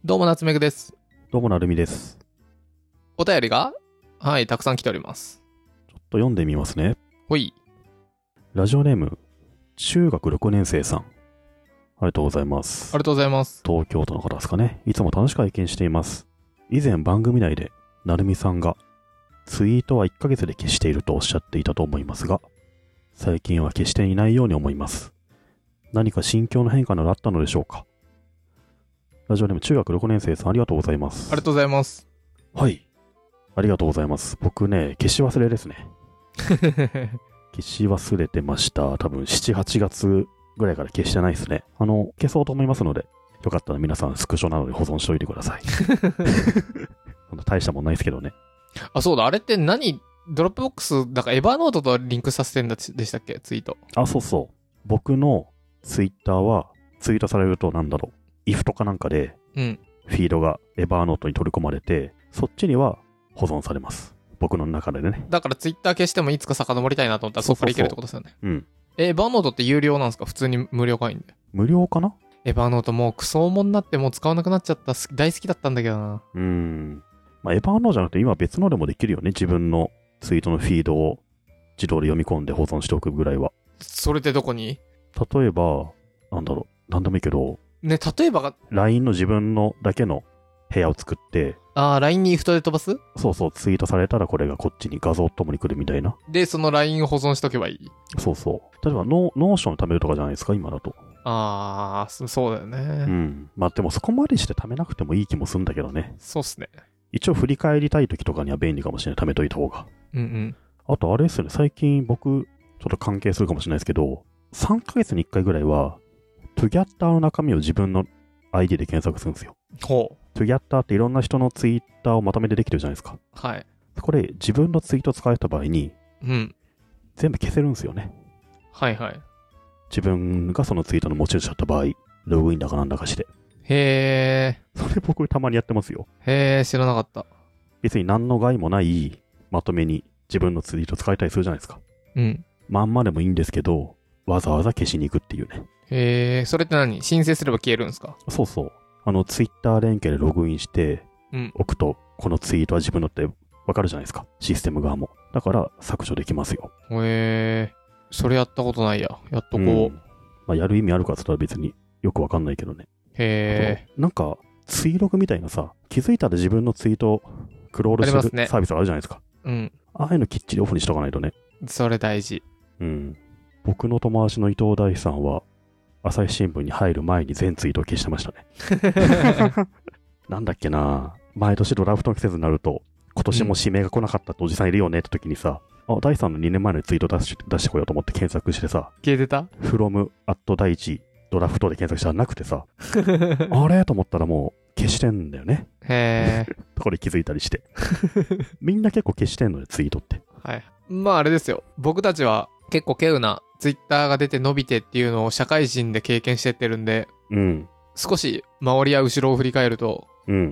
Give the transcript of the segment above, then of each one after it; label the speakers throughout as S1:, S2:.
S1: どうも夏目ぐです。
S2: どうもなるみです。
S1: お便りがたくさん来ております。
S2: ちょっと読んでみますね。
S1: ほい。
S2: ラジオネーム中学6年生さん、ありがとうございます。
S1: ありがとうございます。
S2: 東京都の方ですかね。いつも楽しく拝見しています。以前番組内でなるみさんがツイートは1ヶ月で消しているとおっしゃっていたと思いますが、最近は消していないように思います。何か心境の変化などあったのでしょうか。ラジオネーム中学6年生さん、ありがとうございます。
S1: ありがとうございます。
S2: はい、ありがとうございます。僕ね、消し忘れですね。消し忘れてました。多分7、8月ぐらいから消してないですね。消そうと思いますので、よかったら皆さんスクショなどで保存しておいてください。大したもんないですけどね。
S1: あ、そうだ、あれって何、ドロップボックス、だからエバーノートとリンクさせてんだでしたっけ、ツイート。
S2: あ、そうそう。僕のツイッターは、ツイートされるとif とかなんかで、フィードがエバーノートに取り込まれて、そっちには保存されます。僕の中でね。
S1: だからツイッター消してもいつか遡りたいなと思ったらそこからいけるってことですよね。
S2: うん。
S1: エバーノートって有料なんですか？普通に無料会員で。
S2: 無料かな？
S1: エバーノートもうクソ重になってもう使わなくなっちゃった。大好きだったんだけどな。
S2: まあ、エバーノートじゃなくて今別のでもできるよね。自分のツイートのフィードを自動で読み込んで保存しておくぐらいは。
S1: それってどこに？
S2: 例えば、なんでもいいけど、
S1: ね、例えばが、
S2: LINE の自分のだけの部屋を作って、
S1: LINE にイフトで飛ばす？
S2: そうそう、ツイートされたらこれがこっちに画像ともに来るみたいな。
S1: で、その LINE を保存しとけばいい？
S2: そうそう。例えばノーション貯めるとかじゃないですか、今だと。
S1: そうだよね。
S2: まあでもそこまでして貯めなくてもいい気もするんだけどね。
S1: そうっすね。
S2: 一応振り返りたい時とかには便利かもしれない。貯めといた方が。あとあれですよね、最近僕、ちょっと関係するかもしれないですけど、3ヶ月に1回ぐらいは、Twitter の中身を自分の ID で検索するんですよ。
S1: ほう。
S2: Twitter っていろんな人のツイッターをまとめてできてるじゃないですか。
S1: はい。
S2: これ、自分のツイート使えた場合に、全部消せるんですよね。
S1: はいはい。
S2: 自分がそのツイートの持ち主だった場合、ログインだかなんだかして。
S1: へー。
S2: それ僕たまにやってますよ。
S1: へー、知らなかった。
S2: 別に何の害もないまとめに自分のツイート使えたりするじゃないですか。まんまでもいいんですけど、わざわざ消しに行くっていうね。
S1: へー、それって何？申請すれば消えるんですか？
S2: そうそう。ツイッター連携でログインしておくと、このツイートは自分のってわかるじゃないですか。システム側も。だから削除できますよ。
S1: へー。それやったことないや。やっとこう。
S2: まあ、やる意味あるかって言ったら別によくわかんないけどね。
S1: へー。
S2: なんか、ツイログみたいなさ、気づいたら自分のツイートクロールするサービスあるじゃないですか。ああいうのきっちりオフにしとかないとね。
S1: それ大事。
S2: 僕の友達の伊藤大さんは、朝日新聞に入る前に全ツイートを消してましたね。なんだっけな、毎年ドラフトの季節になると、今年も指名が来なかったっておじさんいるよねって時にさ、大さんの2年前のツイート出してこようと思って検索してさ、
S1: 消えてた？
S2: from 第一ドラフトで検索したらなくてさ、あれと思ったらもう消してんだよね。
S1: へー。
S2: これ気づいたりして。みんな結構消してんのよ、ツイートって。
S1: はい。まああれですよ。僕たちは結構稀有なツイッターが出て伸びてっていうのを社会人で経験してってるんで、少し周りや後ろを振り返ると、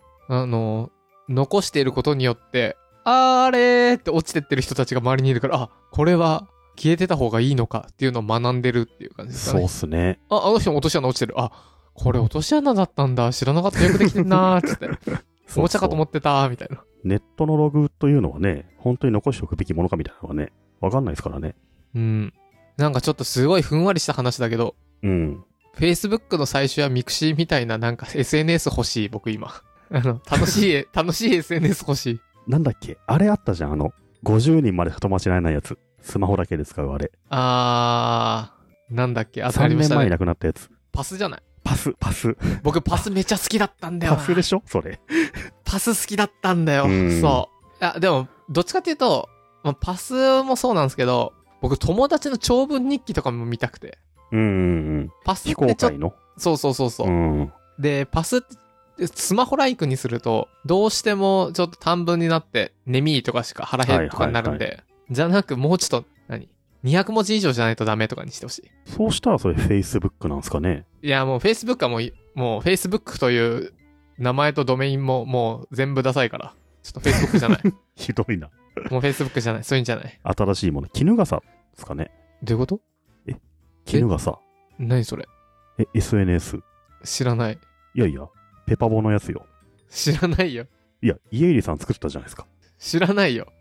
S1: 残していることによって、あれーって落ちてってる人たちが周りにいるから、これは消えてた方がいいのかっていうのを学んでるっていう感じですかね。
S2: そうっすね。
S1: あの人も落とし穴落ちてる。これ落とし穴だったんだ。知らなかった。よくできてんなーって言って。おもちゃかと思ってたーみたいな。
S2: ネットのログというのはね、本当に残しておくべきものかみたいなのはね、わかんないですからね。
S1: なんかちょっとすごいふんわりした話だけど、Facebook の最初はミクシーみたいななんか SNS 欲しい、僕今。楽しい SNS 欲しい。
S2: なんだっけあれあったじゃん、50人まで友達になれないやつ。スマホだけで使うあれ。
S1: なんだっけ
S2: 3年前になくなったやつ。
S1: パスじゃない？
S2: パス。
S1: 僕パスめちゃ好きだったんだよな。
S2: パスでしょそれ。
S1: パス好きだったんだよ。そう。でも、どっちかっていうと、パスもそうなんですけど、僕友達の長文日記とかも見たくて。パスって
S2: 非公開の。
S1: そう。で、パスってスマホライクにすると、どうしてもちょっと短文になって、ネミーとかしか腹減るとかになるんで、じゃなくもうちょっと、200文字以上じゃないとダメとかにしてほしい。
S2: そうしたらそれ Facebook なんですかね。
S1: いや、もう Facebook はもう Facebook という名前とドメインももう全部ダサいから。ちょっと Facebook じゃない。
S2: ひどいな。
S1: もう Facebook じゃない。そういうんじゃない。
S2: 新しいもの。衣笠ですかね。
S1: どういうこと？
S2: 衣笠。
S1: 何それ？
S2: SNS。
S1: 知らない。
S2: いやいや。 ペパボのやつよ。
S1: 知らないよ。
S2: いや、家入さん作ったじゃないですか。
S1: 知らないよ。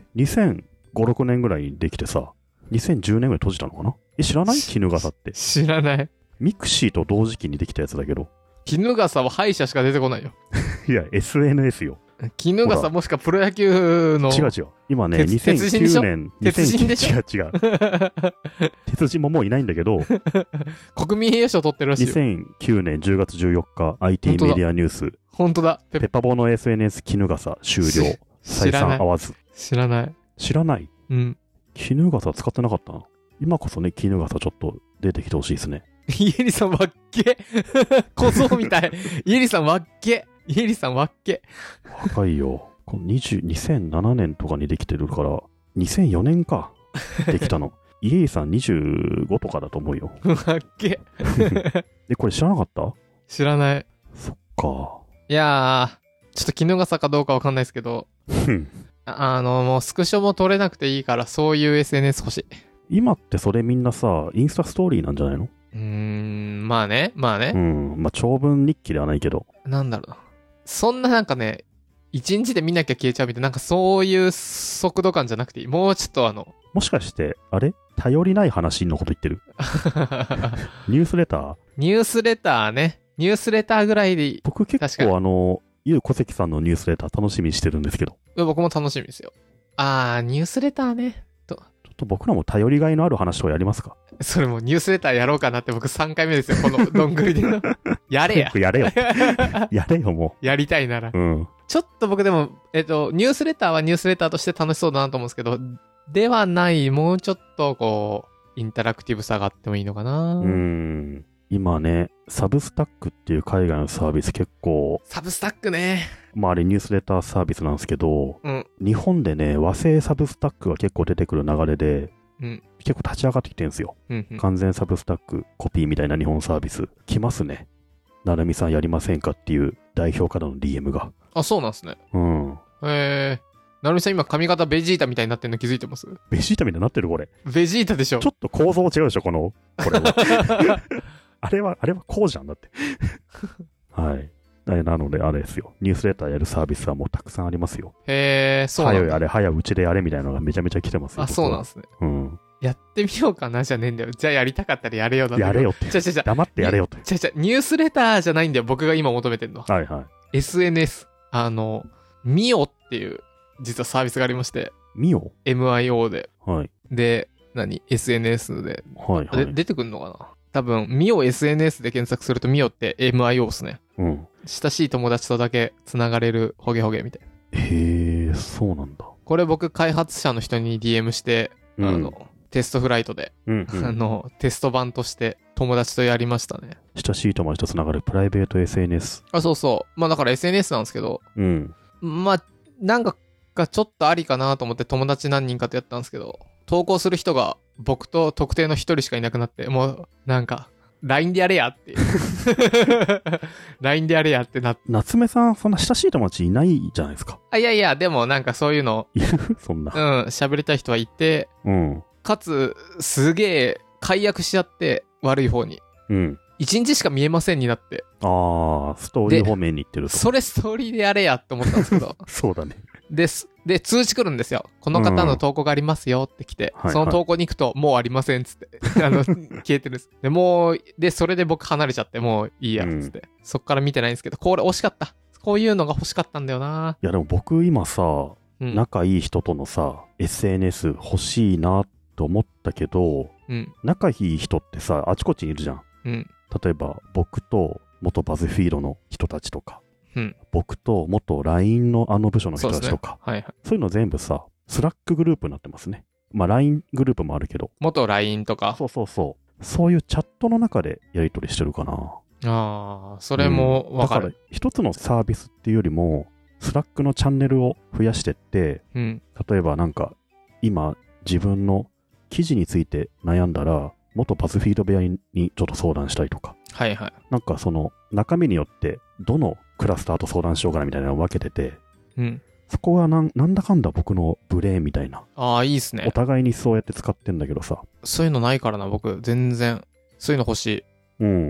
S2: 2005、6年ぐらいにできてさ、2010年ぐらい閉じたのかな。知らない？衣笠って。
S1: 知らない。
S2: ミクシーと同時期にできたやつだけど。
S1: 衣笠は敗者しか出てこないよ。
S2: いや、SNS よ。
S1: 衣笠もしかプロ野球の。
S2: 違う。今ね、
S1: 鉄人でしょ？
S2: 2009年。
S1: 鉄人でしょ？
S2: 違う。鉄人ももういないんだけど。
S1: 国民栄誉賞取ってるらしいよ。
S2: 2009年10月14日、IT メディアニュース。
S1: 本当だ。
S2: ペパボの SNS 衣笠終了。採算合わず。
S1: 知らない。
S2: 知らない？
S1: うん。
S2: 衣笠使ってなかったな。今こそね、衣笠ちょっと出てきてほしいですね。
S1: イエリさんわっけ小僧みたい。イエリさんわっけ。イエリさんわっけ。
S2: 若いよ。2007年とかにできてるから、2004年か。できたの。イエリさん25とかだと思うよ。
S1: わっけ。
S2: これ知らなかった？
S1: 知らない。
S2: そっか。
S1: いやー、ちょっと衣笠かどうかわかんないですけど、もうスクショも撮れなくていいから、そういう SNS 欲しい。
S2: 今ってそれみんなさ、インスタストーリーなんじゃないの？
S1: まあね。
S2: 長文日記ではないけど。
S1: なんだろうな。そんななんかね、一日で見なきゃ消えちゃうみたいな、なんかそういう速度感じゃなくていい。もうちょっと
S2: もしかして、あれ？頼りない話のこと言ってる？ニュースレター？
S1: ニュースレターね。ニュースレターぐらいでいい。
S2: 僕結構ゆうこせきさんのニュースレター楽しみにしてるんですけど。
S1: 僕も楽しみですよ。ニュースレターね。
S2: ちょっと僕らも頼りがいのある話をやりますか？
S1: それもニュースレターやろうかなって僕3回目ですよ。このどんぐりでの。やれや。
S2: やれよ。やれよ、も
S1: う。やりたいなら。
S2: うん。
S1: ちょっと僕でも、ニュースレターはニュースレターとして楽しそうだなと思うんですけど、ではない、もうちょっとインタラクティブさがあってもいいのかな。
S2: 今ね、サブスタックっていう海外のサービス結構。
S1: サブスタックね。
S2: あれニュースレターサービスなんですけど、日本でね、和製サブスタックが結構出てくる流れで、結構立ち上がってきてるんですよ。完全サブスタックコピーみたいな日本サービス。来ますね。なるみさんやりませんかっていう代表からの DM が。
S1: あ、そうなんですね。なるみさん今髪型ベジータみたいになってるの気づいてます？
S2: ベジータみたいになってるこれ。
S1: ベジータでしょ。
S2: ちょっと構造違うでしょこれは。あれはこうじゃんだって。はい。なのであれですよ。ニュースレターやるサービスはもうたくさんありますよ。
S1: そうなんだ。
S2: 早うちでやれみたいなのがめちゃめちゃ来てますよ。
S1: あ、そうなんですね。やってみようかなじゃねえんだよ。じゃあやりたかったらやれよだって。
S2: やれよって。黙ってやれよって。
S1: ニュースレターじゃないんだよ。僕が今求めてるのは。
S2: はいはい。
S1: SNS。ミオっていう、実はサービスがありまして。
S2: ミオ？
S1: MIO で。
S2: はい。
S1: で、SNS で。
S2: はいはい。
S1: 出てくんのかな？多分、ミオ SNS で検索するとミオって MIO っすね。親しい友達とだけ繋がれるホゲホゲみたいな。
S2: へえ、そうなんだ。
S1: これ僕開発者の人に DM して、テストフライトで、テスト版として友達とやりましたね。
S2: 親しい友達と繋がるプライベート SNS。
S1: あ、そうそう。だから SNS なんですけど、なんかちょっとありかなと思って友達何人かとやったんですけど、投稿する人が僕と特定の一人しかいなくなって、もうなんか、LINE でやれやって。LINE でやれやって
S2: 夏目さん、そんな親しい友達いないじゃないですか。
S1: いや、でもなんかそういうの。
S2: いる？そんな。
S1: 喋りたい人はいて、かつ、すげえ、解約しちゃって、悪い方に。一日しか見えませんになって。
S2: ストーリー方面に行ってると。
S1: それストーリーでやれやって思ったんですけど。
S2: そうだね。
S1: で、通知来るんですよ。この方の投稿がありますよって来て、その投稿に行くと、もうありませんっつって、消えてるんです。で、それで僕離れちゃって、もういいやっつって、そっから見てないんですけど、これ惜しかった。こういうのが欲しかったんだよな。
S2: いやでも僕今さ、仲いい人とのさ、SNS 欲しいなと思ったけど、仲いい人ってさ、あちこちにいるじゃん。例えば、僕と元バズフィードの人たちとか、僕と元 LINE の部署の人たちとか、そういうの全部さ、スラックグループになってますね。LINE グループもあるけど。
S1: 元 LINE とか。
S2: そういうチャットの中でやり取りしてるかな。
S1: それもわかる。
S2: だから一つのサービスっていうよりも、スラックのチャンネルを増やしてって、例えばなんか、今自分の記事について悩んだら、元バズフィード部屋にちょっと相談したりとか。なんかその中身によってどのクラスターと相談しようかなみたいなのを分けてて、そこはなんだかんだ僕のブレーンみたいな。
S1: いいっすね。
S2: お互いにそうやって使ってんだけどさ。
S1: そういうのないからな、僕。全然。そういうの欲しい。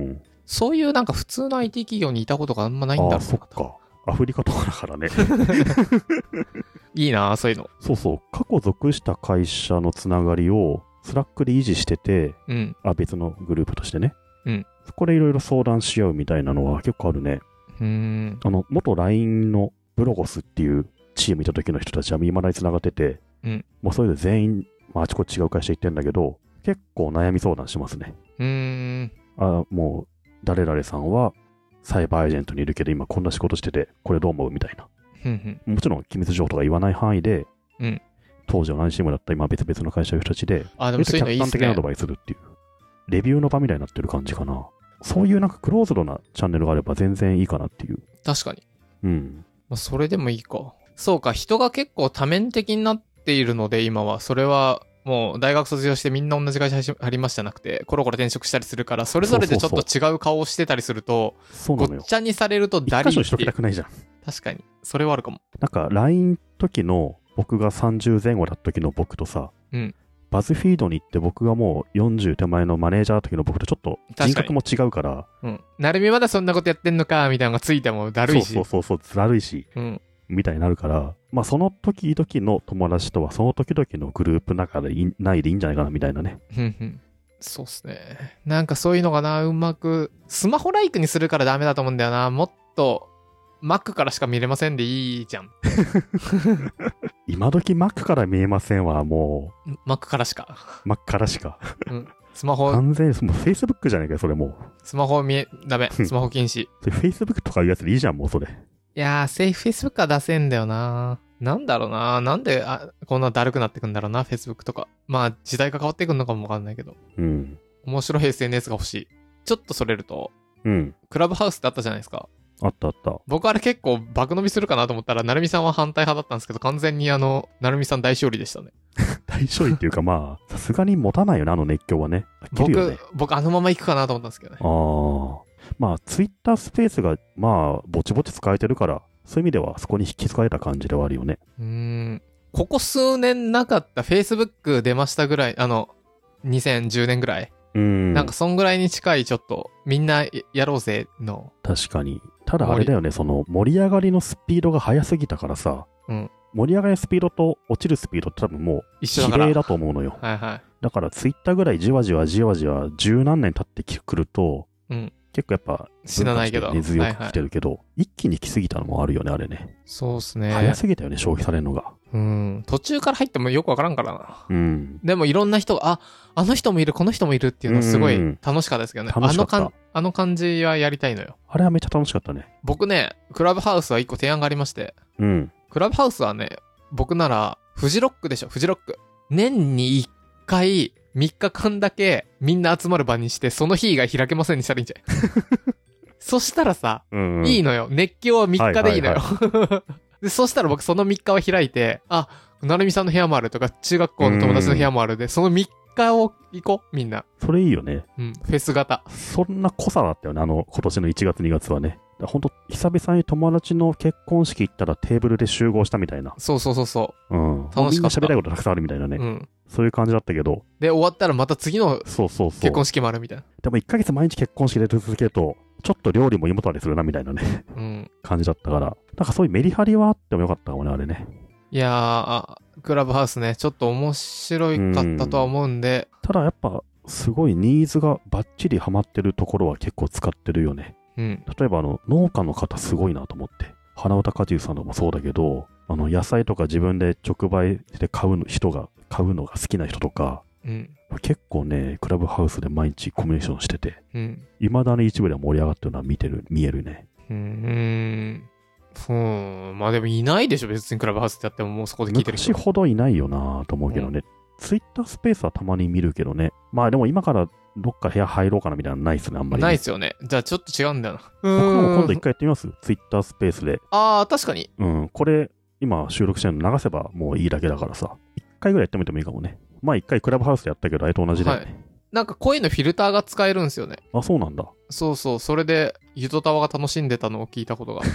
S1: そういうなんか普通の IT 企業にいたことがあんまないんだろうな。
S2: あ、そっか。アフリカとかだからね。
S1: いいなそういうの。
S2: そうそう。過去属した会社のつながりを、スラックで維持してて、
S1: うん。
S2: 別のグループとしてね。
S1: うん。
S2: そこでいろいろ相談し合うみたいなのは結構あるね。元 LINE のブロゴスっていうチームいた時の人たちは未だに繋がってて、
S1: うん。
S2: もうそれで全員、あちこち違う会社行ってんだけど、結構悩み相談しますね。もう、誰々さんはサイバーエージェントにいるけど今こんな仕事してて、これどう思うみたいな。もちろん機密情報とか言わない範囲で、
S1: うん、
S2: 当時は何チームだった今別々の会社の人たちで、
S1: でもそういうのいいっすね。
S2: 客観的なアドバイスするっていう。レビューの場みたいになってる感じかな。そういうなんかクローズドなチャンネルがあれば全然いいかなっていう。
S1: 確かに。
S2: うん。
S1: それでもいいか。そうか、人が結構多面的になっているので今は、それはもう大学卒業してみんな同じ会社入りますじゃなくて、コロコロ転職したりするから、それぞれでちょっと違う顔をしてたりすると、ごっちゃにされるとダリーって。
S2: 一箇所にしときたくないじゃん。
S1: 確かに。それはあるかも。
S2: なんか LINE 時の僕が30前後だった時の僕とさ、
S1: うん。
S2: バズフィードに行って僕がもう40手前のマネージャーの時の僕とちょっと人格も違うから。
S1: うん。なるみまだそんなことやってんのか、みたいなのがついてもだるいし。
S2: そう、だるいし。
S1: うん。
S2: みたいになるから、まあその時々の友達とはその時々のグループの中でないでいいんじゃないかなみたいなね。
S1: そうっすね。なんかそういうのがな、うまく、スマホライクにするからダメだと思うんだよな。もっと、Mac からしか見れませんでいいじゃん。
S2: 今時 Mac から見えませんはも
S1: う。Mac からしか。
S2: Mac からしか。
S1: うん。スマホ。
S2: 完全にもう Facebook じゃないかよ、それもう。
S1: スマホダメ。スマホ禁止。
S2: Facebook とかいうやつでいいじゃん、もうそれ。
S1: いやー、Facebook は出せんだよな。なんだろうな。なんで、こんなだるくなってくんだろうな、Facebook とか。まあ、時代が変わってくんのかもわかんないけど。
S2: うん。
S1: 面白い SNS が欲しい。ちょっとそれると。
S2: うん。
S1: クラブハウスってあったじゃないですか。
S2: あったあった。
S1: 僕あれ結構爆伸びするかなと思ったら、なるみさんは反対派だったんですけど、完全になるみさん大勝利でしたね。
S2: 大勝利っていうかまあ、さすがに持たないよね、あの熱狂はね。
S1: 僕あのまま行くかなと思ったんですけどね。
S2: まあ、Twitter スペースが、まあ、ぼちぼち使えてるから、そういう意味ではそこに引き継がれた感じではあるよね。
S1: ここ数年なかった Facebook 出ましたぐらい、2010年ぐらい。なんかそんぐらいに近いちょっと、みんなやろうぜの。
S2: 確かに。ただあれだよね、その盛り上がりのスピードが速すぎたからさ、盛り上がりのスピードと落ちるスピードって多分もう
S1: 一緒だから。
S2: 比例だと思うのよ。だからツイッターぐらいじわじわ十何年経ってくると、結構やっぱ
S1: 死なないけど
S2: 根強く来てるけど、一気に来すぎたのもあるよね、あれね。
S1: そうっすね。
S2: 早すぎたよね、消費されるのが。
S1: 途中から入ってもよくわからんからな。でもいろんな人が、あの人もいる、この人もいるっていうのはすごい楽しかったですけどね。
S2: 楽しかった。
S1: あの感じはやりたいのよ。
S2: あれはめっちゃ楽しかったね。
S1: 僕ね、クラブハウスは一個提案がありまして。クラブハウスはね、僕なら、フジロックでしょ、フジロック。年に1回、3日間だけみんな集まる場にして、その日以外開けませんにしたらいいんじゃないそしたらさ、いいのよ。熱狂は3日でいいのよ。で、そしたら僕その3日を開いて、なるみさんの部屋もあるとか、中学校の友達の部屋もあるで、その3日を行こう、みんな。
S2: それいいよね。
S1: フェス型。
S2: そんな濃さだったよね、今年の1月2月はね。ほんと、久々に友達の結婚式行ったらテーブルで集合したみたいな。
S1: そう。楽しかった。みんな
S2: 喋りたいことたくさんあるみたいなね。そういう感じだったけど。
S1: で、終わったらまた次の結婚式もあるみたいな。
S2: でも1ヶ月毎日結婚式で続けると、ちょっと料理も胃もたれするなみたいなね。感じだったから。なんかそういうメリハリはあってもよかったかもね、あれね。
S1: いやー、クラブハウスね、ちょっと面白かったとは思うんで。
S2: ただやっぱ、すごいニーズがバッチリハマってるところは結構使ってるよね。例えば農家の方すごいなと思って。花歌果汁さんとかもそうだけど、野菜とか自分で直売で買うのが好きな人とか、結構ね、クラブハウスで毎日コミュニケーションしてて、未だに一部で盛り上がってるのは見えるね。
S1: まあでもいないでしょ、別にクラブハウスってやってももうそこで聞いてる人。
S2: 昔ほどいないよなと思うけどね。ツイッタースペースはたまに見るけどね。まあでも今からどっか部屋入ろうかなみたいなのないっすね、あんまり、ね。
S1: ないっすよね。じゃあちょっと違うんだよな。
S2: 僕らも今度一回やってみます？ツイッタースペースで。
S1: 確かに。
S2: これ、今収録してるの流せばもういいだけだからさ。一回ぐらいやってみてもいいかもね。まあ一回クラブハウスでやったけど、あれと同じだよね。
S1: なんか声のフィルターが使えるんですよね。
S2: そうなんだ。
S1: そう。それで、ゆとたわが楽しんでたのを聞いたことが。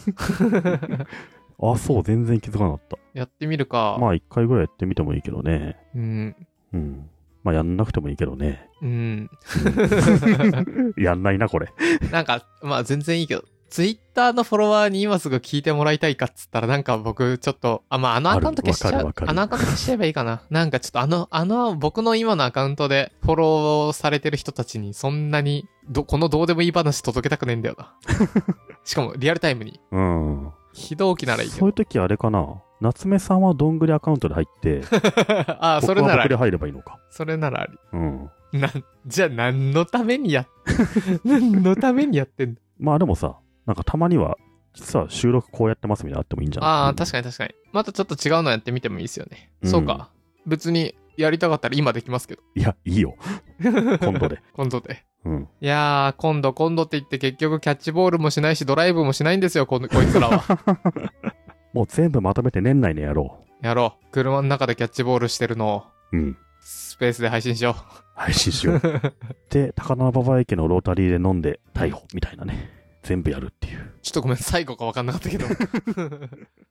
S2: そう、全然気づかなかった。
S1: やってみるか。
S2: まあ一回ぐらいやってみてもいいけどね。 まあやんなくてもいいけどね。
S1: うん。
S2: やんないな、これ。
S1: なんか、まあ全然いいけど、ツイッターのフォロワーに今すぐ聞いてもらいたいかっつったらなんか僕ちょっと、まああのアカウント消しちゃう。あのアカウント消しちゃえばいいかな。なんかちょっと僕の今のアカウントでフォローされてる人たちにそんなに、このどうでもいい話届けたくねえんだよな。しかもリアルタイムに。
S2: うん。
S1: 非同期ならいいけど。
S2: そういう時あれかな。夏目さんはどんぐりアカウントで入って、
S1: ああ、それならあり。
S2: 僕は僕で入ればいいのか。
S1: それならあり。
S2: うん。
S1: じゃあ何のためにやってんの？
S2: まあでもさ、なんかたまには、実は収録こうやってますみたいなのあってもいいんじゃない？
S1: ああ、確かに。またちょっと違うのやってみてもいいですよね。
S2: うん、
S1: そうか。別にやりたかったら今できますけど。
S2: いや、いいよ。今度で。
S1: 今度で。
S2: うん。
S1: いやー、今度って言って結局キャッチボールもしないしドライブもしないんですよ、こいつらは。
S2: もう全部まとめて年内にやろ
S1: う。車の中でキャッチボールしてるのを。
S2: うん。
S1: スペースで配信しよう。
S2: 配信しよう。で、高輪馬場駅のロータリーで飲んで逮捕みたいなね。全部やるっていう。
S1: ちょっとごめん、最後か分かんなかったけど。